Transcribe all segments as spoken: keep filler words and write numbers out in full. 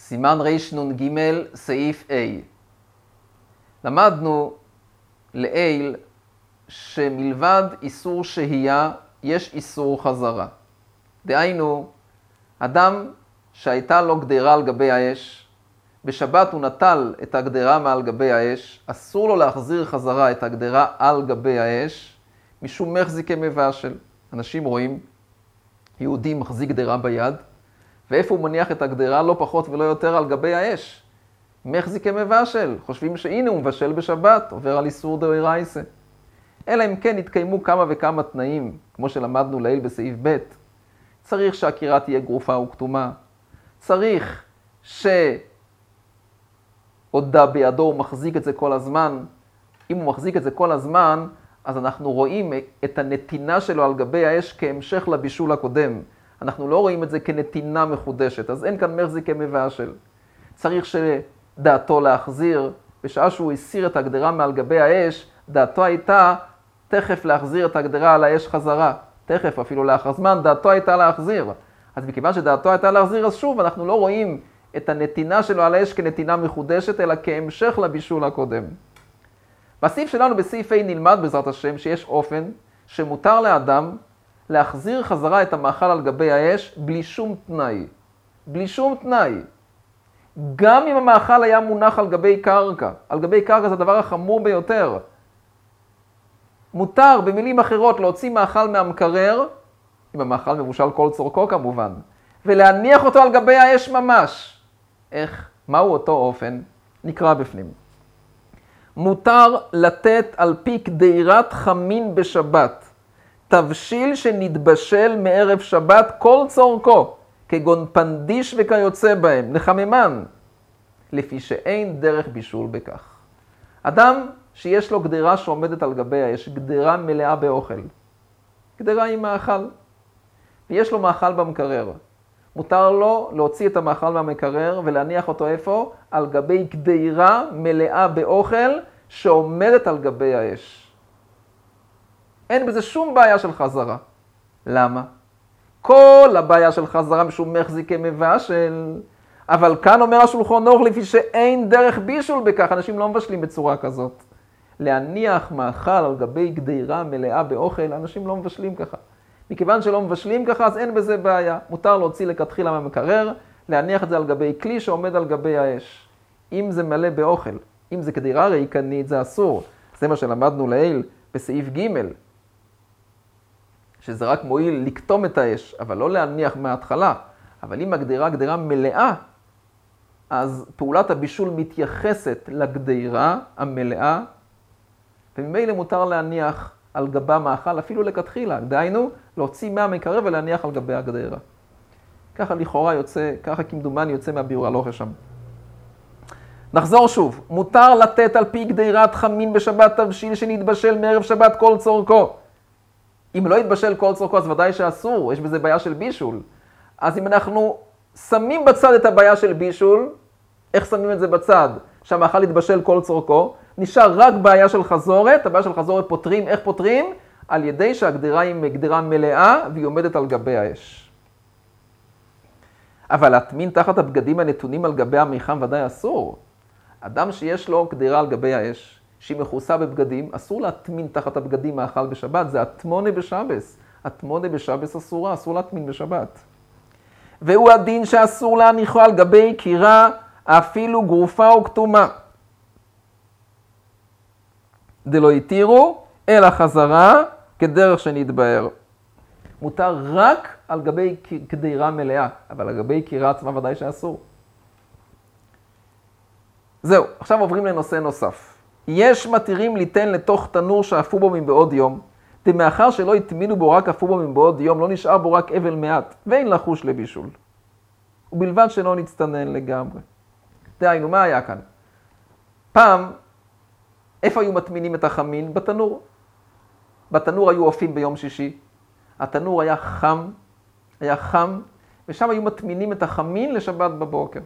סימן רנ"ג, סעיף A. למדנו לעיל שמלבד איסור שהייה, יש איסור חזרה. דהיינו, אדם שהייתה לו גדרה על גבי האש, בשבת הוא נטל את הגדרה מעל גבי האש, אסור לו להחזיר חזרה את הגדרה על גבי האש, משום מחזיקי מבשל. אנשים רואים, יהודי מחזיק גדרה ביד, ואיפה הוא מניח את הגדרה? לא פחות ולא יותר על גבי האש. מחזיקי מבשל, חושבים שהנה הוא מבשל בשבת, עובר על איסור דאורייתא. אלא אם כן התקיימו כמה וכמה תנאים, כמו שלמדנו לעיל בסעיף ב'. צריך שהקירה תהיה גרופה וכתומה. צריך שעודה בידו הוא מחזיק את זה כל הזמן. אם הוא מחזיק את זה כל הזמן, אז אנחנו רואים את הנתינה שלו על גבי האש כהמשך לבישול הקודם. אנחנו לא רואים את זה כנתינה מחודשת, אז אין כאן מחזיקי מבשל. צריך שדעתו להחזיר, בשעה שהוא הסיר את הגדרה מעל גבי האש, דעתו הייתה תכף להחזיר את הגדרה על האש חזרה. תכף, אפילו לאחר זמן, דעתו הייתה להחזיר. אז מכיוון שדעתו הייתה להחזיר, אז שוב, אנחנו לא רואים את הנתינה שלו על האש כנתינה מחודשת, אלא כהמשך לבישול הקודם. בסעיף שלנו, בסעיף A, נלמד בעזרת השם שיש אופן שמותר לאדם להחזיר חזרה את המאכל על גבי האש בלי שום תנאי. בלי שום תנאי. גם אם המאכל היה מונח על גבי קרקע. על גבי קרקע זה הדבר החמור ביותר. מותר במילים אחרות להוציא מאכל מהמקרר, אם המאכל מבושל כל צורכו כמובן, ולהניח אותו על גבי האש ממש. איך? מהו אותו אופן? נקרא בפנים. מותר לתת על פי קדירת חמין בשבת, תבשיל שנתבשל מערב שבת כל צורכו, כגון פנדיש וכיוצא בהם, לחממן, לפי שאין דרך בישול בכך. אדם שיש לו גדרה שעומדת על גבי האש, גדרה מלאה באוכל, גדרה עם מאכל, ויש לו מאכל במקרר, מותר לו להוציא את המאכל מהמקרר ולהניח אותו איפה? על גבי גדרה מלאה באוכל שעומדת על גבי האש. אין בזה שום בעיה של חזרה. למה? כל הבעיה של חזרה משום מחזיקי מבשל. אבל כאן אומר השולחן ערוך לפי שאין דרך בישול בכך. אנשים לא מבשלים בצורה כזאת. להניח מאכל על גבי גדרה מלאה באוכל, אנשים לא מבשלים ככה. מכיוון שלא מבשלים ככה, אז אין בזה בעיה. מותר להוציא לכתחילה מהמקרר, להניח את זה על גבי כלי שעומד על גבי האש. אם זה מלא באוכל, אם זה גדרה ריקנית, זה אסור. זה מה שלמדנו לעיל בסעיף ג', שזה רק מועיל לקטום את האש, אבל לא להניח מההתחלה. אבל אם הגדרה גדרה מלאה, אז פעולת הבישול מתייחסת לגדרה המלאה, וממילא מותר להניח על גבה מאכל, אפילו לכתחילה. דהיינו, להוציא מהמקרר ולהניח על גבי הגדרה. ככה לכאורה יוצא, ככה כמדומני יוצא מהביאור הלכה שם. נחזור שוב. מותר לתת על פי גדירת חמין בשבת תבשיל שנתבשל מערב שבת כל צורכו. אם לא יתבשל כל צורכו, אז ודאי שאסור, יש בזה בעיה של בישול. אז אם אנחנו שמים בצד את הבעיה של בישול, איך שמים את זה בצד? שהמאכל יתבשל כל צורכו, נשאר רק בעיה של חזורת, הבעיה של חזורת פותרים, איך פותרים? על ידי שהגדרה היא גדרה מלאה והיא עומדת על גבי האש. אבל להטמין תחת הבגדים הנתונים על גבי המיחם ודאי אסור. אדם שיש לו גדרה על גבי האש, שהיא מכוסה בבגדים, אסור להטמין תחת הבגדים מאכל בשבת, זה התמונה בשבס. התמונה בשבס אסורה, אסור להטמין בשבת. והוא הדין שאסור להניחו על גבי קירה, אפילו גרופה או כתומה. דלא יתירו, אלא חזרה, כדרך שנתבהר. מותר רק על גבי גדרה מלאה, אבל על גבי קירה עצמה ודאי שאסור. זהו, עכשיו עוברים לנושא נוסף. יש מתירים ליתן לתוך תנור שאפו בו מבעוד יום, דמאחר שלא יטמינו בו רק אפו בו מבעוד יום, לא נשאר בו רק אבל מעט, ואין לחוש לבישול. ובלבד שלא נצטנן לגמרי. דהיינו, מה היה כאן? פעם, איפה היו מטמינים את החמין? בתנור. בתנור היו אופים ביום שישי. התנור היה חם, היה חם, ושם היו מטמינים את החמין לשבת בבוקר.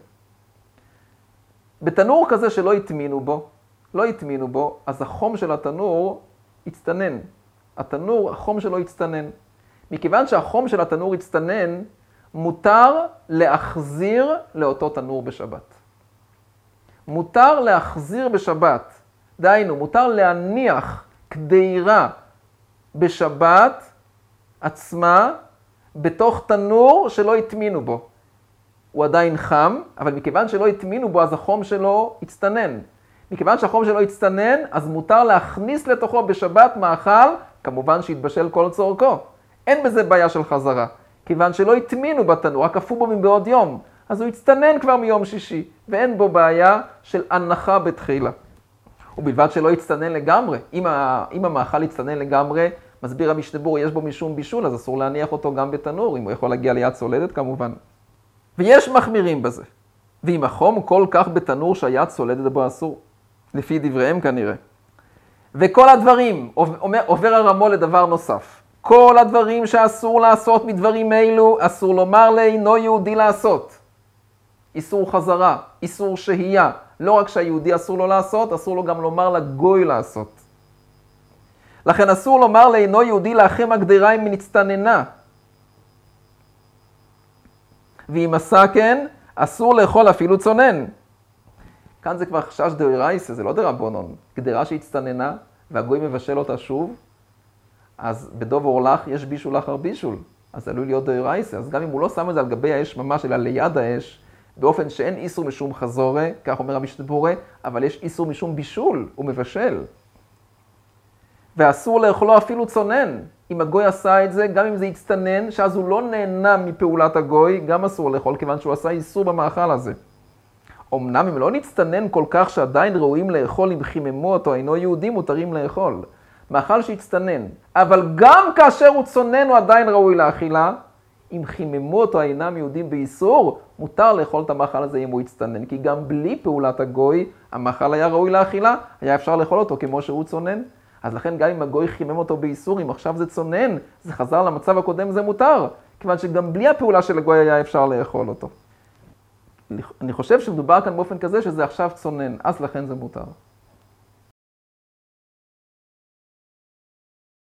בתנור כזה שלא יטמינו בו, לא יטמינו בו, אז החום של התנור יצטנן. התנור, החום שלו יצטנן. מכיוון שהחום של התנור יצטנן, מותר להחזיר לאותו תנור בשבת. מותר להחזיר בשבת. דהיינו, מותר להניח קדירה בשבת עצמה בתוך תנור שלא התמינו בו. הוא עדיין חם, אבל מכיוון שלא התמינו בו, אז החום שלו הצטנן. מכיוון שהחום שלו הצטנן, אז מותר להכניס לתוכו בשבת מאכל, כמובן שהתבשל כל צורכו. אין בזה בעיה של חזרה. כיוון שלא התמינו בתנור, רק עפו בו מבעוד יום, אז הוא הצטנן כבר מיום שישי, ואין בו בעיה של הנחה בתחילה. ובלבד שלא יצטנן לגמרי. אם, ה... אם המאכל יצטנן לגמרי, מסביר המשנה ברורה, יש בו משום בישול, אז אסור להניח אותו גם בתנור, אם הוא יכול להגיע ליד צולדת כמובן. ויש מחמירים בזה. ואם החום כל כך בתנור שהיד צולדת בו אסור, לפי דבריהם כנראה. וכל הדברים, אומר, עובר הרמו לדבר נוסף. כל הדברים שאסור לעשות מדברים אלו, אסור לומר לאינו יהודי לעשות. איסור חזרה, איסור שהייה. לא רק שהיהודי אסור לו לעשות, אסור לו גם לומר לגוי לעשות. לכן אסור לומר לאינו יהודי לאחם הגדיריים מנצטננה. ואם עשה כן, אסור לאכול אפילו צונן. כאן זה כבר חשש דאורייתא, זה לא דרבנן. גדירה שהצטננה והגוי מבשל אותה שוב, אז בדוב אורלך יש בישול אחר בישול. אז זה עלול להיות דאורייתא. אז גם אם הוא לא שם את זה על גבי האש ממש, אלא ליד האש, באופן שאין איסור משום חזורה, כך אומר המשנה ברורה, אבל יש איסור משום בישול, הוא מבשל. ואסור לאכולו אפילו צונן. אם הגוי עשה את זה, גם אם זה יצטנן, שאז הוא לא נהנה מפעולת הגוי, גם אסור לאכול, כיוון שהוא עשה איסור במאכל הזה. אמנם אם לא נצטנן כל כך שעדיין ראויים לאכול, אם חיממו אותו, אינו יהודי מותרים לאכול. מאכל שהצטנן. אבל גם כאשר הוא צונן, הוא עדיין ראוי לאכילה. אם חיממו אותו אינם יהודים באיסור, מותר לאכול את המאכל הזה אם הוא יצטנן. כי גם בלי פעולת הגוי, המאכל היה ראוי לאכילה, היה אפשר לאכול אותו כמו שהוא צונן. אז לכן גם אם הגוי חימם אותו באיסור, אם עכשיו זה צונן, זה חזר למצב הקודם, זה מותר. כיוון שגם בלי הפעולה של הגוי היה אפשר לאכול אותו. אני חושב שמדובר כאן באופן כזה שזה עכשיו צונן, אז לכן זה מותר.